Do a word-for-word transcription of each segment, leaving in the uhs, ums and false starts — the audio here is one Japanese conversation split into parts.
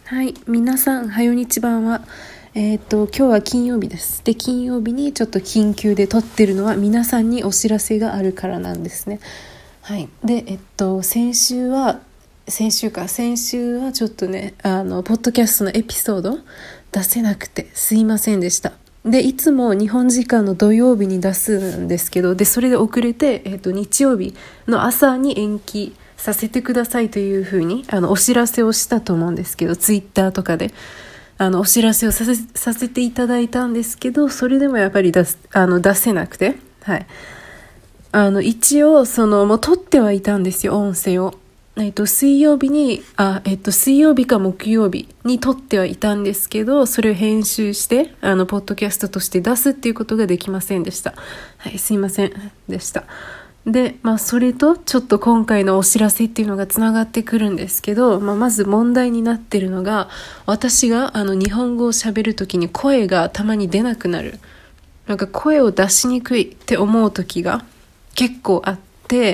はい、皆さん、はよ日版は、えっと、今日は金曜日です。で、金曜日にちょっと緊急で撮ってるのは皆さんにお知らせがあるからなんですね。はい。で、えっと、先週は、先週か、先週はちょっとね、あの、ポッドキャストのエピソード出せなくてすいませんでした。で、いつも日本時間の土曜日に出すんですけど、で、それで遅れて、えっと、日曜日の朝に延期させてくださいというふうにあのお知らせをしたと思うんですけど、ツイッターとかであのお知らせをさせ、させていただいたんですけど、それでもやっぱり出すあの出せなくて、はい、あの一応そのもう撮ってはいたんですよ、音声を。えっと、水曜日にあ、えっと、水曜日か木曜日に撮ってはいたんですけど、それを編集してあのポッドキャストとして出すっていうことができませんでした。はい、すいませんでした。で、まあ、それとちょっと今回のお知らせっていうのがつながってくるんですけど、まあ、まず問題になってるのが、私があの日本語を喋るときに声がたまに出なくなる、なんか声を出しにくいって思う時が結構あって、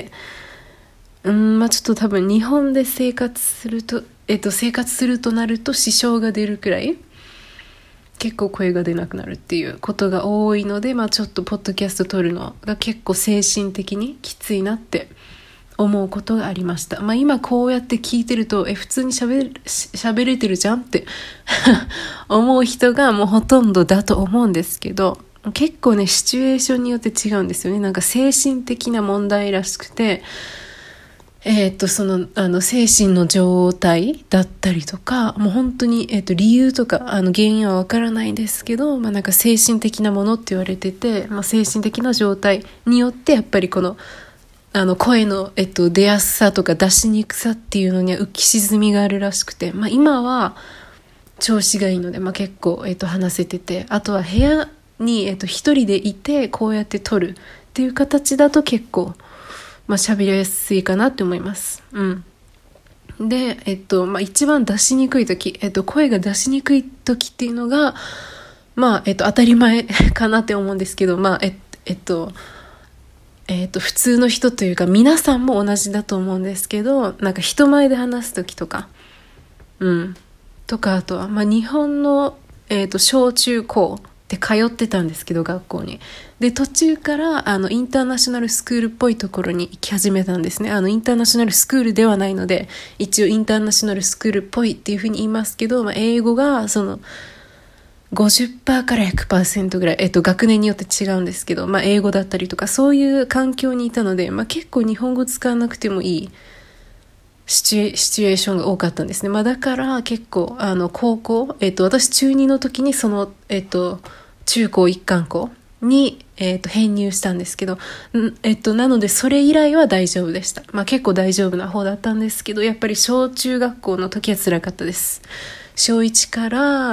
うーん、まあ、ちょっと多分日本で生活すると、えっと、生活するとなると支障が出るくらい結構声が出なくなるっていうことが多いので、まあ、ちょっとポッドキャスト撮るのが結構精神的にきついなって思うことがありました。まあ、今こうやって聞いてるとえ普通に喋る喋れてるじゃんって思う人がもうほとんどだと思うんですけど、結構ねシチュエーションによって違うんですよね。なんか精神的な問題らしくて、えー、とそのあの精神の状態だったりとか、もう本当に、えー、と理由とかあの原因はわからないんですけど、まあ、なんか精神的なものって言われてて、まあ、精神的な状態によってやっぱりこのあの声の、えっと、出やすさとか出しにくさっていうのには浮き沈みがあるらしくて、まあ、今は調子がいいので、まあ、結構、えっと、話せてて、あとは部屋に、えっと、一人でいてこうやって撮るっていう形だと結構まあ、喋りやすいかなって思います。うん。で、えっと、まあ、一番出しにくい時、えっと、声が出しにくい時っていうのが、まあ、えっと、当たり前かなって思うんですけど、まあ、え、えっと、えっと、普通の人というか、皆さんも同じだと思うんですけど、なんか人前で話す時とか、うん。とか、あとは、まあ、日本の、えっと、小中高、で通ってたんですけど、学校に。で途中からあのインターナショナルスクールっぽいところに行き始めたんですね。あのインターナショナルスクールではないので、一応インターナショナルスクールっぽいっていうふうに言いますけど、まあ、英語がその ごじゅっパーセント から ひゃくパーセント ぐらい、えっと、学年によって違うんですけど、まあ、英語だったりとかそういう環境にいたので、まあ、結構日本語使わなくてもいいシチュエ、シチュエーションが多かったんですね。まあ、だから結構あの高校、えっと、私中にの時にその、えっと、中高一貫校に、えっと、編入したんですけど、えっと、なのでそれ以来は大丈夫でした。まあ、結構大丈夫な方だったんですけど、やっぱり小中学校の時は辛かったです。小いちから、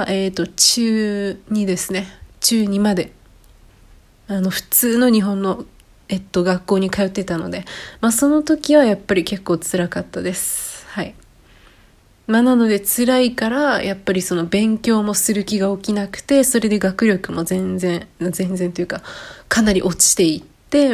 えっと、中にですね、中にまであの普通の日本のえっと、学校に通ってたので、まあ、その時はやっぱり結構辛かったです。はい。まあ、なので辛いからやっぱりその勉強もする気が起きなくて、それで学力も全然全然というかかなり落ちていって、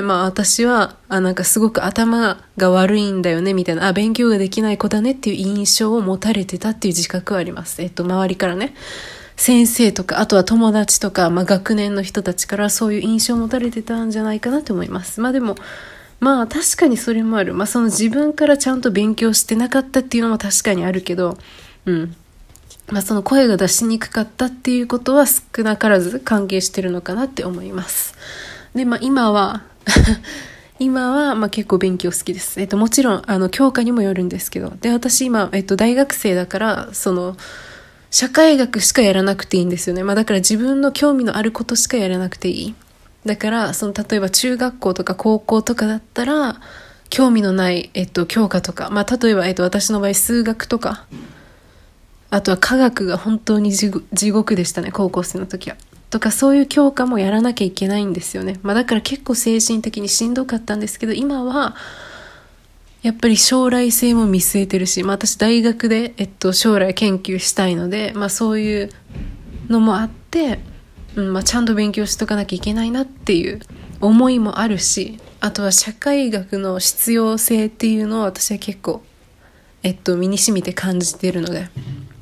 まあ、私はあなんかすごく頭が悪いんだよねみたいな、あ勉強ができない子だねっていう印象を持たれてたっていう自覚はあります。えっと周りからね、先生とかあとは友達とか、まあ、学年の人たちからそういう印象を持たれてたんじゃないかなと思います。まあでもまあ確かにそれもある。まあその自分からちゃんと勉強してなかったっていうのも確かにあるけど、うん。まあその声が出しにくかったっていうことは少なからず関係してるのかなって思います。で、まあ今は今はまあ結構勉強好きです。えっともちろんあの教科にもよるんですけど、で私今えっと大学生だからその社会学しかやらなくていいんですよね。まあだから自分の興味のあることしかやらなくていい。だからその例えば中学校とか高校とかだったら興味のない、えっと、教科とか、まあ、例えば、えっと、私の場合数学とか、あとは科学が本当に地獄でしたね、高校生の時は。とかそういう教科もやらなきゃいけないんですよね。まあ、だから結構精神的にしんどかったんですけど、今はやっぱり将来性も見据えてるし、まあ、私大学で、えっと、将来研究したいので、まあ、そういうのもあってうんまあ、ちゃんと勉強しとかなきゃいけないなっていう思いもあるし、あとは社会学の必要性っていうのを私は結構、えっと、身に染みて感じているので、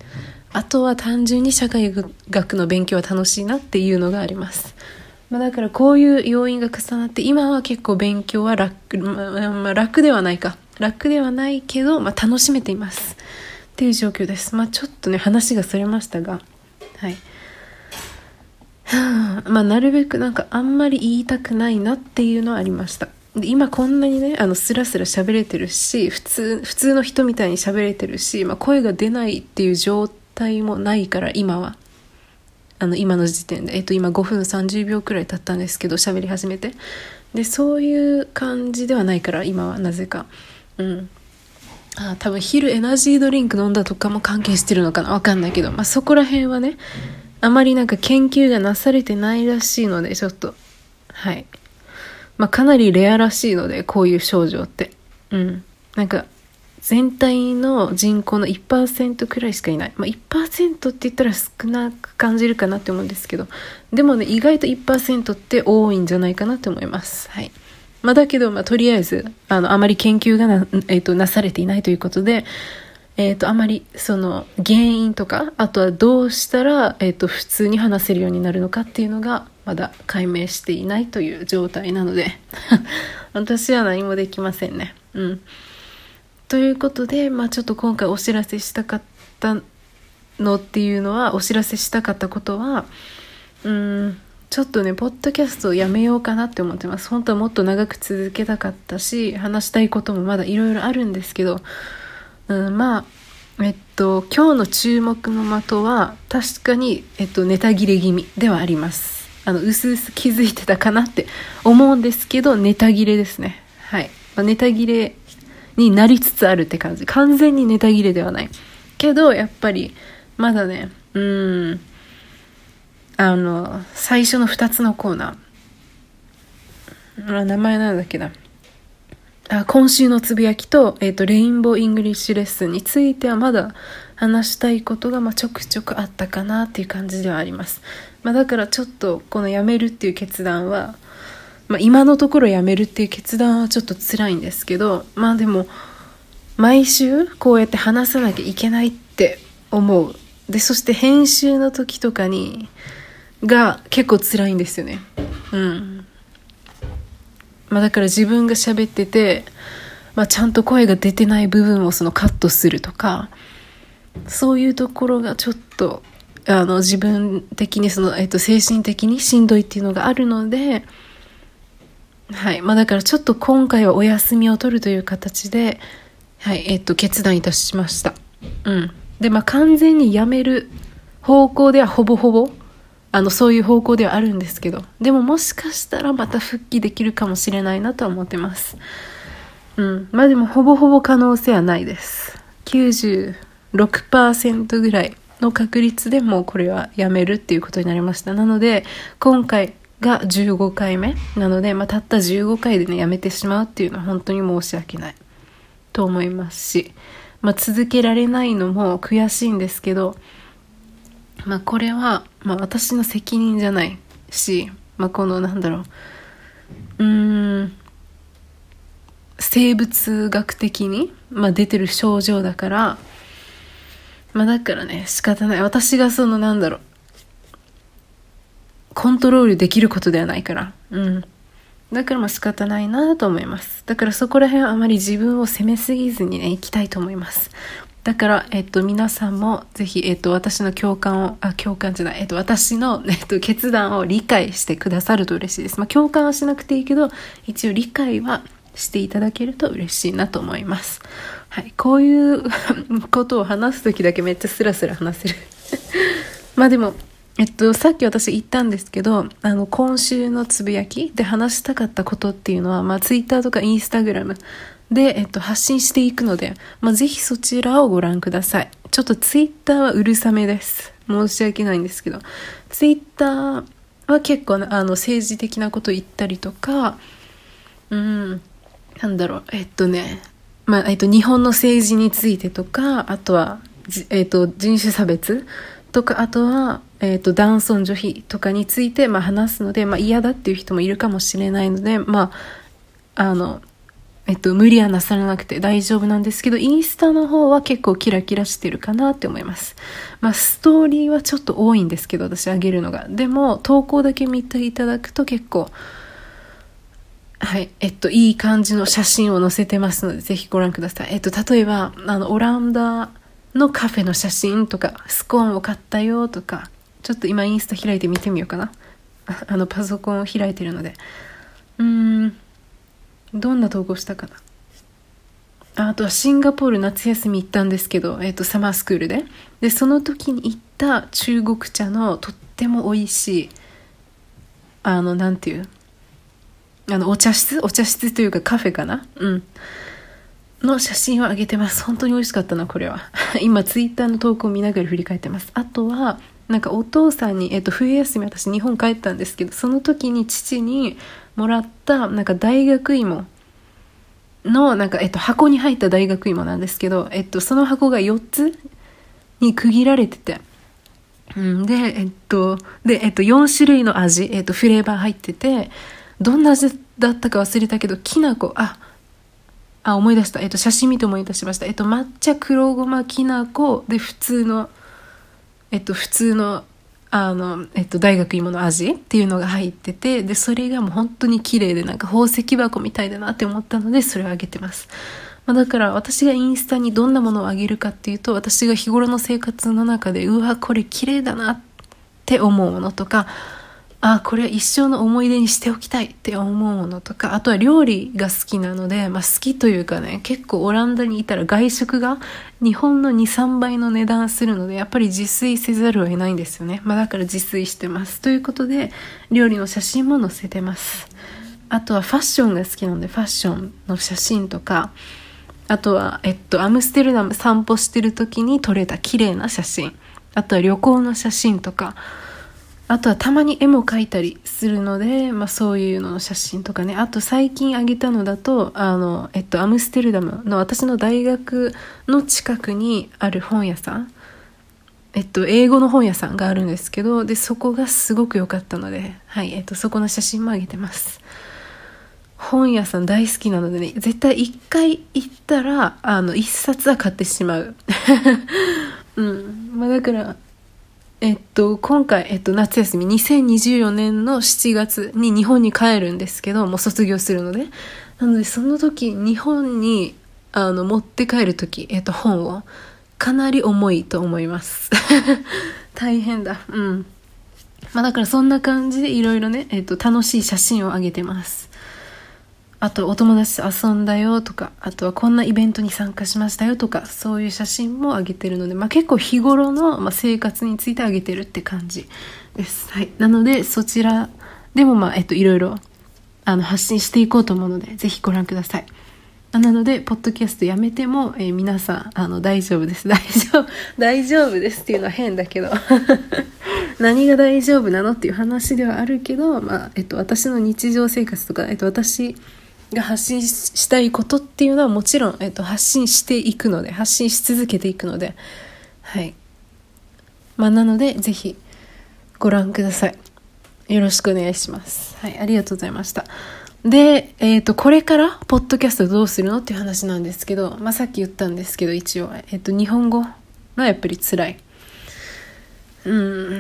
あとは単純に社会学の勉強は楽しいなっていうのがあります。まあ、だからこういう要因が重なって今は結構勉強は楽、まあまあ、楽ではないか楽ではないけど、まあ、楽しめていますっていう状況です。まあちょっとね話がそれましたが、はい、はあ、まあなるべくなんかあんまり言いたくないなっていうのはありました。で今こんなにねあのスラスラ喋れてるし普通普通の人みたいに喋れてるし、まあ、声が出ないっていう状態もないから今はあの今の時点で、えっと、今ごふんさんじゅうびょうくらい経ったんですけど喋り始めてでそういう感じではないから今はなぜかうんあ多分昼エナジードリンク飲んだとかも関係してるのかなわかんないけど、まあ、そこら辺はねあまりなんか研究がなされてないらしいのでちょっとはいまあかなりレアらしいのでこういう症状ってうんなんか全体の人口の いちパーセント くらいしかいない、まあ、いちパーセント って言ったら少なく感じるかなって思うんですけどでもね意外と いちパーセント って多いんじゃないかなって思いますはいまあ、だけど、まあ、とりあえずあのあまり研究が な,、えー、となされていないということで、えー、とあまりその原因とかあとはどうしたら、えー、と普通に話せるようになるのかっていうのがまだ解明していないという状態なので私は何もできませんね。うんということで、まあ、ちょっと今回お知らせしたかったのっていうのはお知らせしたかったことはうーんちょっとねポッドキャストをやめようかなって思ってます。本当はもっと長く続けたかったし話したいこともまだいろいろあるんですけど、うん、まあえっと今日の注目の的は確かに、えっと、ネタ切れ気味ではあります。あのうすうす気づいてたかなって思うんですけどネタ切れですね。はい、まあ、ネタ切れになりつつあるって感じ。完全にネタ切れではないけどやっぱりまだねうーんあの最初のふたつのコーナー、まあ、名前なんだっけなあ今週のつぶやきと、えーと、レインボーイングリッシュレッスンについてはまだ話したいことが、まあ、ちょくちょくあったかなっていう感じではあります、まあ、だからちょっとこのやめるっていう決断は、まあ、今のところやめるっていう決断はちょっと辛いんですけどまあでも毎週こうやって話さなきゃいけないって思う。でそして編集の時とかにが結構辛いんですよね。うんまあ、だから自分が喋ってて、まあ、ちゃんと声が出てない部分をそのカットするとかそういうところがちょっとあの自分的にその、えっと、精神的にしんどいっていうのがあるので、はいまあ、だからちょっと今回はお休みを取るという形で、はいえっと、決断いたしました。うんでまあ、完全にやめる方向ではほぼほぼあのそういう方向ではあるんですけどでももしかしたらまた復帰できるかもしれないなとは思ってます。うんまあでもほぼほぼ可能性はないです。きゅうじゅうろくパーセント ぐらいの確率でもうこれはやめるっていうことになりました。なので今回がじゅうごかいめなので、まあ、たったじゅうごかいでねやめてしまうっていうのは本当に申し訳ないと思いますし、まあ、続けられないのも悔しいんですけどまあこれは、まあ、私の責任じゃないし、まあ、このなんだろううーん生物学的に、まあ、出てる症状だからまあだからね仕方ない。私がそのなんだろうコントロールできることではないからうんだからまあ仕方ないなと思います。だからそこら辺はあまり自分を責めすぎずにね、いきたいと思います。だから、えっと、皆さんもぜひ、えっと、私の共感を、あ、共感じゃない、えっと、私の、えっと、決断を理解してくださると嬉しいです。まあ、共感はしなくていいけど、一応理解はしていただけると嬉しいなと思います。はい。こういうことを話すときだけめっちゃスラスラ話せる。まあでも、えっと、さっき私言ったんですけど、あの、今週のつぶやきで話したかったことっていうのは、まあ、ツイッターとかインスタグラムで、えっと、発信していくので、まあ、ぜひそちらをご覧ください。ちょっとツイッターはうるさめです。申し訳ないんですけど、ツイッターは結構、あの、政治的なこと言ったりとか、うん、なんだろう、えっとね、まあ、えっと、日本の政治についてとか、あとは、えっと、人種差別とか、あとは、えっと、男尊女卑とかについて、まあ、話すので、まあ、嫌だっていう人もいるかもしれないので、まあ、あの、 えっと、無理はなさらなくて大丈夫なんですけど、インスタの方は結構キラキラしてるかなって思います。まあ、ストーリーはちょっと多いんですけど、私上げるのが。でも、投稿だけ見ていただくと結構、はい、えっと、いい感じの写真を載せてますので、ぜひご覧ください。えっと、例えば、あの、オランダのカフェの写真とか、スコーンを買ったよとか、ちょっと今インスタ開いて見てみようかな。あの、パソコンを開いてるので。うーん。どんな投稿したかな。あ、あとはシンガポール夏休み行ったんですけど、えっと、サマースクールで。で、その時に行った中国茶のとっても美味しい、あの、なんていう、あの、お茶室お茶室というかカフェかなうん。の写真を上げてます。本当に美味しかったな、これは。今、ツイッターの投稿を見ながら振り返ってます。あとは、なんかお父さんに、えっと、冬休み私日本帰ったんですけど、その時に父にもらった、なんか大学芋の、なんか、えっと、箱に入った大学芋なんですけど、えっと、その箱がよっつに区切られてて、うん、で、えっと、で、えっと、よん種類の味、えっと、フレーバー入ってて、どんな味だったか忘れたけど、きな粉、あ、あ、思い出した。えっと、写真見て思い出しました。えっと、抹茶、黒ごま、きな粉、で、普通の、えっと、普通の、あの、えっと、大学芋の味っていうのが入ってて、で、それがもう本当に綺麗で、なんか宝石箱みたいだなって思ったので、それをあげてます。まあ、だから私がインスタにどんなものをあげるかっていうと、私が日頃の生活の中で、うわ、これ綺麗だなって思うものとか、あ、これ一生の思い出にしておきたいって思うものとか、あとは料理が好きなので、まあ好きというかね、結構オランダにいたら外食が日本のに、さんばいの値段するので、やっぱり自炊せざるを得ないんですよね。まあだから自炊してます。ということで、料理の写真も載せてます。あとはファッションが好きなので、ファッションの写真とか、あとは、えっと、アムステルダム散歩してる時に撮れた綺麗な写真。あとは旅行の写真とか、あとはたまに絵も描いたりするので、まあそういうのの写真とかね。あと最近あげたのだと、あの、えっと、アムステルダムの私の大学の近くにある本屋さん。えっと、英語の本屋さんがあるんですけど、で、そこがすごく良かったので、はい、えっと、そこの写真もあげてます。本屋さん大好きなのでね、絶対一回行ったら、あの、一冊は買ってしまう。うん。まあだから、えっと、今回、えっと、夏休み、にせんにじゅうよねんのしちがつに日本に帰るんですけど、もう卒業するので。なので、その時、日本に、あの、持って帰る時、えっと、本を、かなり重いと思います。大変だ。うん。まあ、だからそんな感じで、いろいろね、えっと、楽しい写真をあげてます。あとお友達と遊んだよとか、あとはこんなイベントに参加しましたよとか、そういう写真も上げてるので、まあ、結構日頃の、まあ、生活について上げてるって感じです。はい。なのでそちらでもまあえっといろいろあの発信していこうと思うので、ぜひご覧ください。なのでポッドキャストやめても、えー、皆さんあの大丈夫です。大丈夫大丈夫ですっていうのは変だけど。何が大丈夫なのっていう話ではあるけど、まあえっと私の日常生活とか、えっと私が発信したいことっていうのはもちろん、えっと、発信していくので、発信し続けていくので、はい。まあ、なので、ぜひご覧ください。よろしくお願いします。はい、ありがとうございました。で、えっと、これから、ポッドキャストどうするのっていう話なんですけど、まあ、さっき言ったんですけど、一応、えっと、日本語がやっぱり辛い。うん、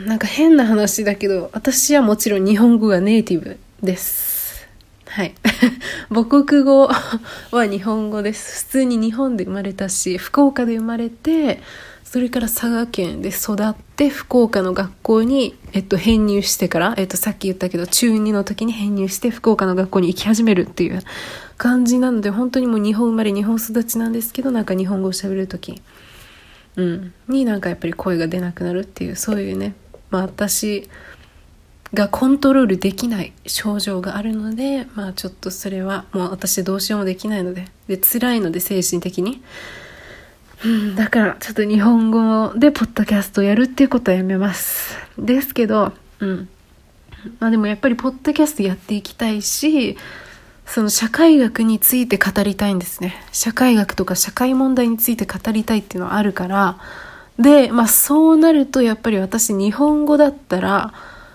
なんか変な話だけど、私はもちろん日本語がネイティブです。はい。母国語は日本語です。普通に日本で生まれたし、福岡で生まれて、それから佐賀県で育って、福岡の学校に、えっと、編入してから、えっと、さっき言ったけど、中にの時に編入して、福岡の学校に行き始めるっていう感じなので、本当にもう日本生まれ、日本育ちなんですけど、なんか日本語を喋る時、うん、になんかやっぱり声が出なくなるっていう、そういうね、まあ私、がコントロールできない症状があるので、まあちょっとそれはもう私どうしようもできないので、で辛いので精神的に、うん、だからちょっと日本語でポッドキャストをやるっていうことはやめます。ですけど、うん、まあでもやっぱりポッドキャストやっていきたいし、その社会学について語りたいんですね。社会学とか社会問題について語りたいっていうのはあるから、で、まあそうなるとやっぱり私日本語だったら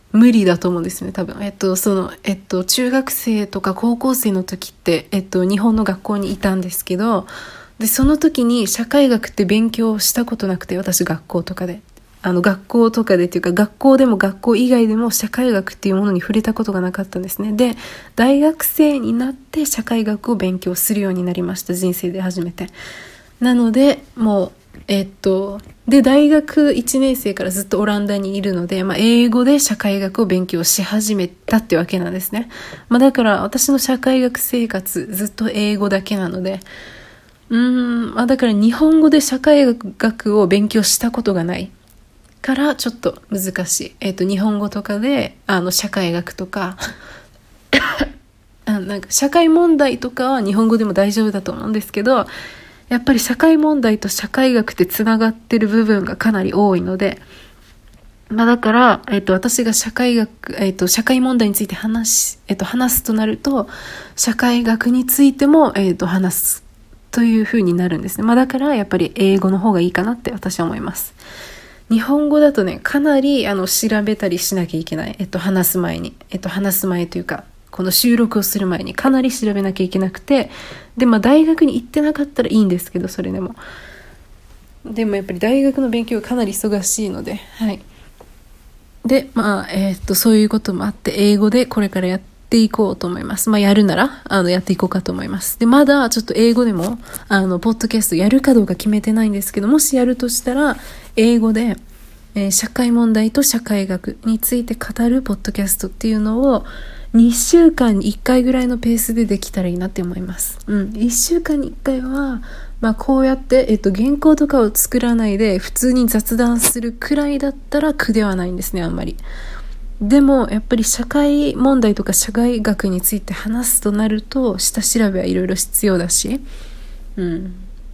無理だと思うんですね、多分。えっと、その、えっと、中学生とか高校生の時って、えっと、日本の学校にいたんですけど、で、その時に社会学って勉強したことなくて、私学校とかで。あの、学校とかでっていうか、学校でも学校以外でも社会学っていうものに触れたことがなかったんですね。で、大学生になって社会学を勉強するようになりました、人生で初めて。なので、もう、えっと、で、大学いちねん生からずっとオランダにいるので、まあ、英語で社会学を勉強し始めたってわけなんですね。まあ、だから私の社会学生活ずっと英語だけなので、うーん、まあ、だから日本語で社会学を勉強したことがないからちょっと難しい。えっと、日本語とかで、あの、社会学とか、あなんか社会問題とかは日本語でも大丈夫だと思うんですけど、やっぱり社会問題と社会学ってつながってる部分がかなり多いので、まあだから、えっと、私が社会学、えっと、社会問題について話し、えっと、話すとなると、社会学についても、えっと、話すという風になるんですね。まあだから、やっぱり英語の方がいいかなって私は思います。日本語だとね、かなり、あの、調べたりしなきゃいけない。えっと、話す前に。えっと、話す前というか、この収録をする前にかなり調べなきゃいけなくて、で、まあ大学に行ってなかったらいいんですけど、それでも。でもやっぱり大学の勉強がかなり忙しいので、はい。で、まあ、えー、っと、そういうこともあって、英語でこれからやっていこうと思います。まあ、やるなら、あの、やっていこうかと思います。で、まだちょっと英語でも、あの、ポッドキャストやるかどうか決めてないんですけど、もしやるとしたら、英語で、えー、社会問題と社会学について語るポッドキャストっていうのを、にしゅうかんにいっかいぐらいのペースでできたらいいなって思います。うん。いっしゅうかんにいっかいは、まあこうやって、えっと、原稿とかを作らないで普通に雑談するくらいだったら苦ではないんですね、あんまり。でも、やっぱり社会問題とか社会学について話すとなると、下調べはいろいろ必要だし、うん。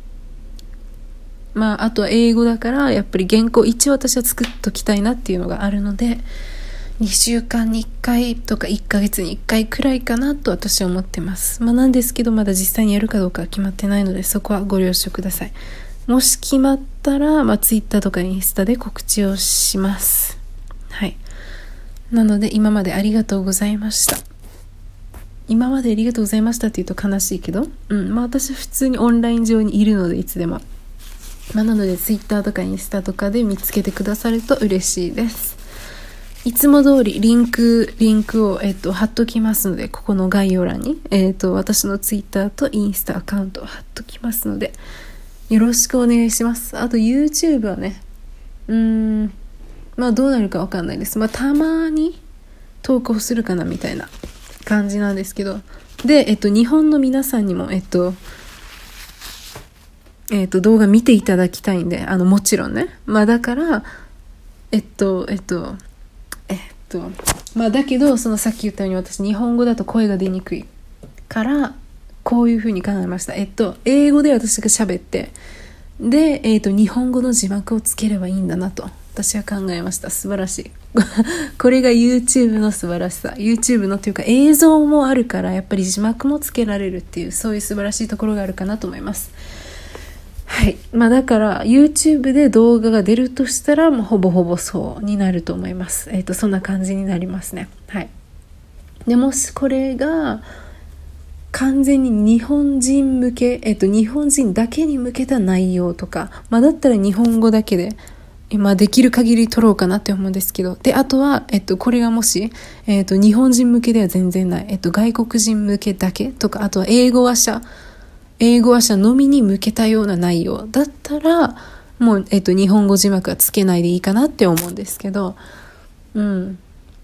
まあ、あとは英語だから、やっぱり原稿一応私は作っときたいなっていうのがあるので、にしゅうかんにいっかいとかいっかげつにいっかいくらいかなと私は思ってます。まあなんですけど、まだ実際にやるかどうかは決まってないので、そこはご了承ください。もし決まったら、まあツイッターとかインスタで告知をします。はい。なので今までありがとうございました。今までありがとうございましたって言うと悲しいけど、うん。まあ私は普通にオンライン上にいるので、いつでも。まあなのでツイッターとかインスタとかで見つけてくださると嬉しいです。いつも通りリンク、リンクを、えっと、貼っときますので、ここの概要欄に、えっと、私のツイッターとインスタアカウントを貼っときますので、よろしくお願いします。あと YouTube はね、うーん、まあどうなるかわかんないです。まあたまに投稿するかなみたいな感じなんですけど、で、えっと、日本の皆さんにも、えっと、えっと、動画見ていただきたいんで、あの、もちろんね。まあだから、えっと、えっと、えっと、まあだけど、そのさっき言ったように私日本語だと声が出にくいから、こういう風に考えました。えっと、英語で私が喋って、で、えっと、日本語の字幕をつければいいんだなと、私は考えました。素晴らしい。これが YouTube の素晴らしさ。YouTube のというか映像もあるから、やっぱり字幕もつけられるっていう、そういう素晴らしいところがあるかなと思います。はい。まあだから YouTube で動画が出るとしたらもうほぼほぼそうになると思います。えっと、そんな感じになりますね。はい。でもしこれが完全に日本人向け、えっと、日本人だけに向けた内容とか、まあだったら日本語だけで、今できる限り撮ろうかなって思うんですけど、で、あとは、えっと、これがもし、えっと、日本人向けでは全然ない、えっと、外国人向けだけとか、あとは英語話者、英語話者のみに向けたような内容だったら、もう、えっと、日本語字幕はつけないでいいかなって思うんですけど、うん。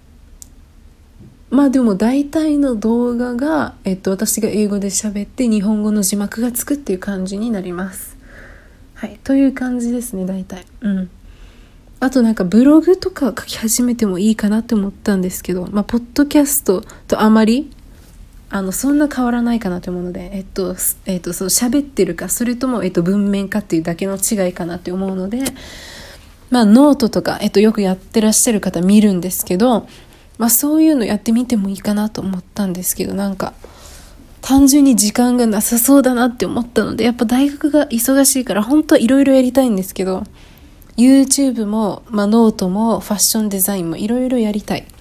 まあでも大体の動画が、えっと、私が英語で喋って日本語の字幕がつくっていう感じになります。はい。という感じですね、大体。うん。あとなんかブログとか書き始めてもいいかなって思ったんですけど、まあ、ポッドキャストとあまり、あの、そんな変わらないかなと思うので、えっと、えっと、その喋ってるか、それとも、えっと、文面かっていうだけの違いかなって思うので、まあ、ノートとか、えっと、よくやってらっしゃる方見るんですけど、まあ、そういうのやってみてもいいかなと思ったんですけど、なんか、単純に時間がなさそうだなって思ったので、やっぱ大学が忙しいから、本当はいろいろやりたいんですけど、YouTube も、まあ、ノートも、ファッションデザインもいろいろやりたい。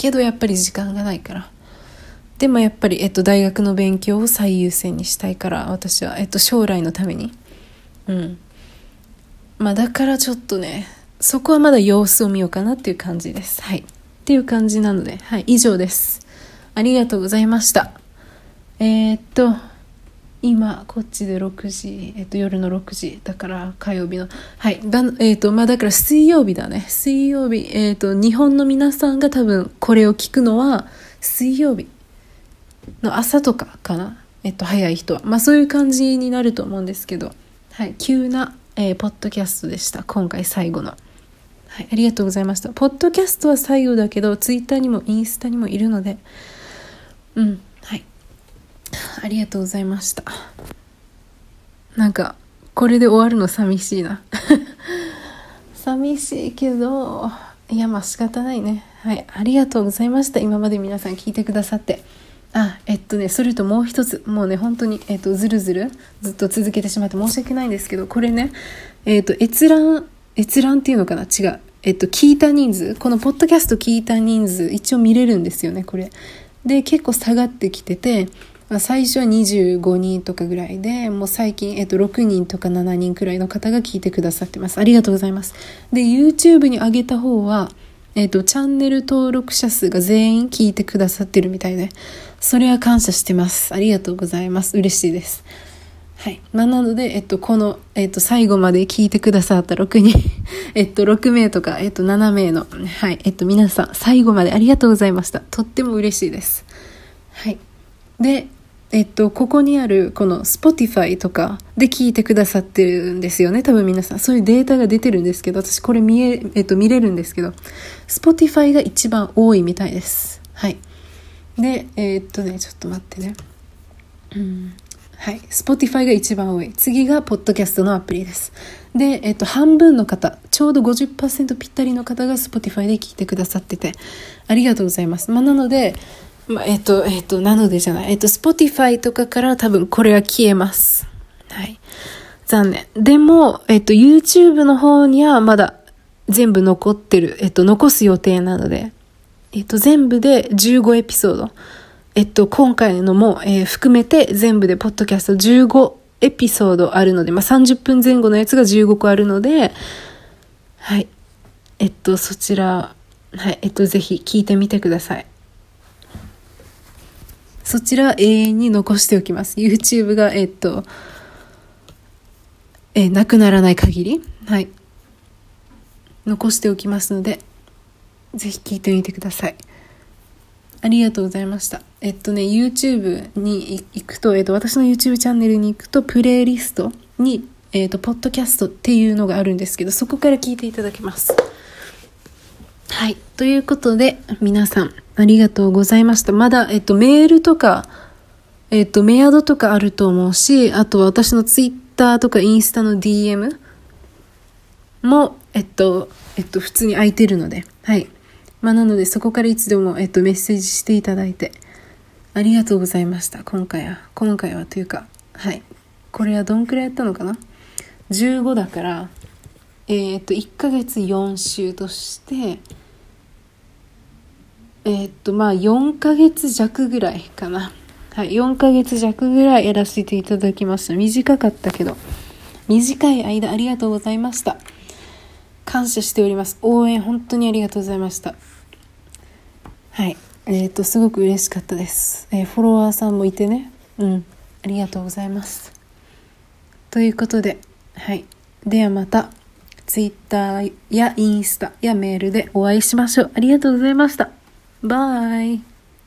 けどやっぱり時間がないから。でもやっぱり、えっと、大学の勉強を最優先にしたいから、私は、えっと、将来のために。うん。まあだからちょっとね、そこはまだ様子を見ようかなっていう感じです。はい。っていう感じなので、はい、以上です。ありがとうございました。えー、っと、今、こっちでろくじ、えっと、夜のろくじ、だから火曜日の、はい、だ、えー、っと、まあだから水曜日だね。水曜日、えー、っと、日本の皆さんが多分これを聞くのは、水曜日の朝とかかな。えっと、早い人は。まあそういう感じになると思うんですけど、はい、急な、えー、ポッドキャストでした。今回最後の。はい、ありがとうございました。ポッドキャストは最後だけど、ツイッターにもインスタにもいるので、うん、はい。ありがとうございました。なんか、これで終わるの寂しいな。寂しいけど、いや、まあ仕方ないね。はい、ありがとうございました。今まで皆さん聞いてくださって。あ、えっとね、それともう一つ、もうね、本当に、えっと、ずるずる、ずっと続けてしまって申し訳ないんですけど、これね、えっと、閲覧、閲覧っていうのかな？違う。えっと、聞いた人数、このポッドキャスト聞いた人数、一応見れるんですよね、これ。で、結構下がってきてて、最初はにじゅうごにんとかぐらいで、もう最近、えっと、ろくにんとかななにんくらいの方が聞いてくださってます。ありがとうございます。で、YouTube に上げた方は、えっと、チャンネル登録者数が全員聞いてくださってるみたいで、それは感謝してます。ありがとうございます。嬉しいです。はい。まあ、なので、えっと、この、えっと、最後まで聞いてくださったろくにん、えっと、ろくめいとか、えっと、ななめいの、はい。えっと、皆さん、最後までありがとうございました。とっても嬉しいです。はい。で、えっと、ここにある、この Spotify とかで聞いてくださってるんですよね。多分皆さん。そういうデータが出てるんですけど、私これ見え、えっと、見れるんですけど、Spotify が一番多いみたいです。はい。で、えー、っとね、ちょっと待ってね。うん。はい。Spotify が一番多い。次が、ポッドキャストのアプリです。で、えっと、半分の方、ちょうど ごじゅっパーセント ぴったりの方が Spotify で聞いてくださってて、ありがとうございます。まあ、なので、まあ、えっと、えっと、なのでじゃない。えっと、Spotify とかから多分これは消えます。はい。残念。でも、えっと、YouTube の方にはまだ全部残ってる。えっと、残す予定なので、えっと、全部でじゅうごエピソード。えっと、今回のも、えー、含めて全部でポッドキャストじゅうごエピソードあるので、まあ、さんじゅっぷんぜん後のやつがじゅうごこあるので、はい。えっと、そちら、はい。えっと、ぜひ聞いてみてください。そちらは永遠に残しておきます。YouTube が、えっと、えー、なくならない限り、はい。残しておきますので、ぜひ聞いてみてください。ありがとうございました。えっとね、YouTube に行くと、えっと、私の YouTube チャンネルに行くと、プレイリストに、えっと、ポッドキャストっていうのがあるんですけど、そこから聞いていただけます。はい。ということで、皆さん、ありがとうございました。まだ、えっと、メールとか、えっと、メアドとかあると思うし、あとは私の Twitter とかインスタの ディーエム も、えっと、えっと、普通に空いてるので、はい。まあ、なので、そこからいつでも、えっと、メッセージしていただいて、ありがとうございました。今回は、今回はというか、はい。これはどんくらいやったのかな ?じゅうご だから、えっと、いっかげつよんしゅうとして、えっと、まあ、よんかげつじゃくぐらいかな。はい、よんかげつじゃくぐらいやらせていただきました。短かったけど、短い間ありがとうございました。感謝しております。応援本当にありがとうございました。はい、えっと、すごく嬉しかったです。えー、フォロワーさんもいてね、うん、ありがとうございます。ということで、はい、ではまた、Twitter やインスタやメールでお会いしましょう。ありがとうございました。バイ。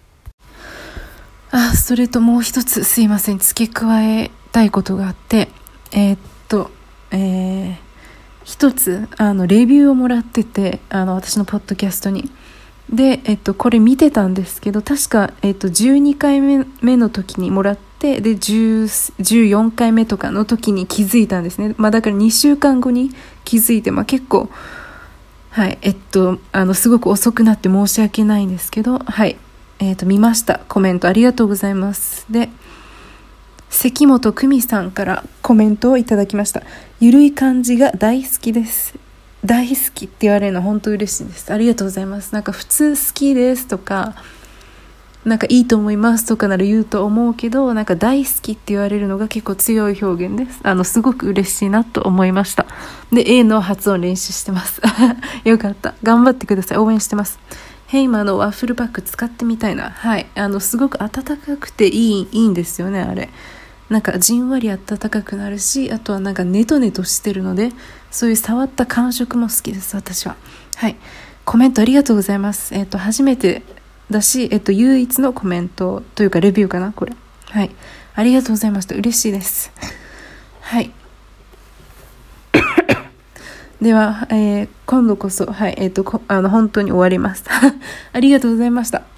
あ、それともう一つすいません、付け加えたいことがあって、えー、っと、えー、一つあのレビューをもらってて、あの私のポッドキャストにで、えっと、これ見てたんですけど、確か、えっと、じゅうにかいめの時にもらってでじゅうよんかいめとかの時に気づいたんですね。まあだからにしゅうかんごに気づいて、まあ結構はいえっとあのすごく遅くなって申し訳ないんですけど、はいえっと見ました。コメントありがとうございます。で、関本久美さんからコメントをいただきました。ゆるい感じが大好きです。 大好きって言われるの本当嬉しいです。ありがとうございます。なんか普通好きですとかなんかいいと思いますとかなら言うと思うけど、なんか大好きって言われるのが結構強い表現です。あのすごく嬉しいなと思いました。で A の発音練習してますよかった、頑張ってください、応援してます。ヘイマーのワッフルパック使ってみたいな。はい、あのすごく温かくていいいいんですよね。あれなんかじんわり温かくなるし、あとはなんかネトネトしてるので、そういう触った感触も好きです、私は。はい、コメントありがとうございます。えっと初めてだし、えっと唯一のコメントというかレビューかなこれ。はい、ありがとうございました、嬉しいです。はいでは、えー今度こそ、はい、えっとこあの本当に終わりますありがとうございました。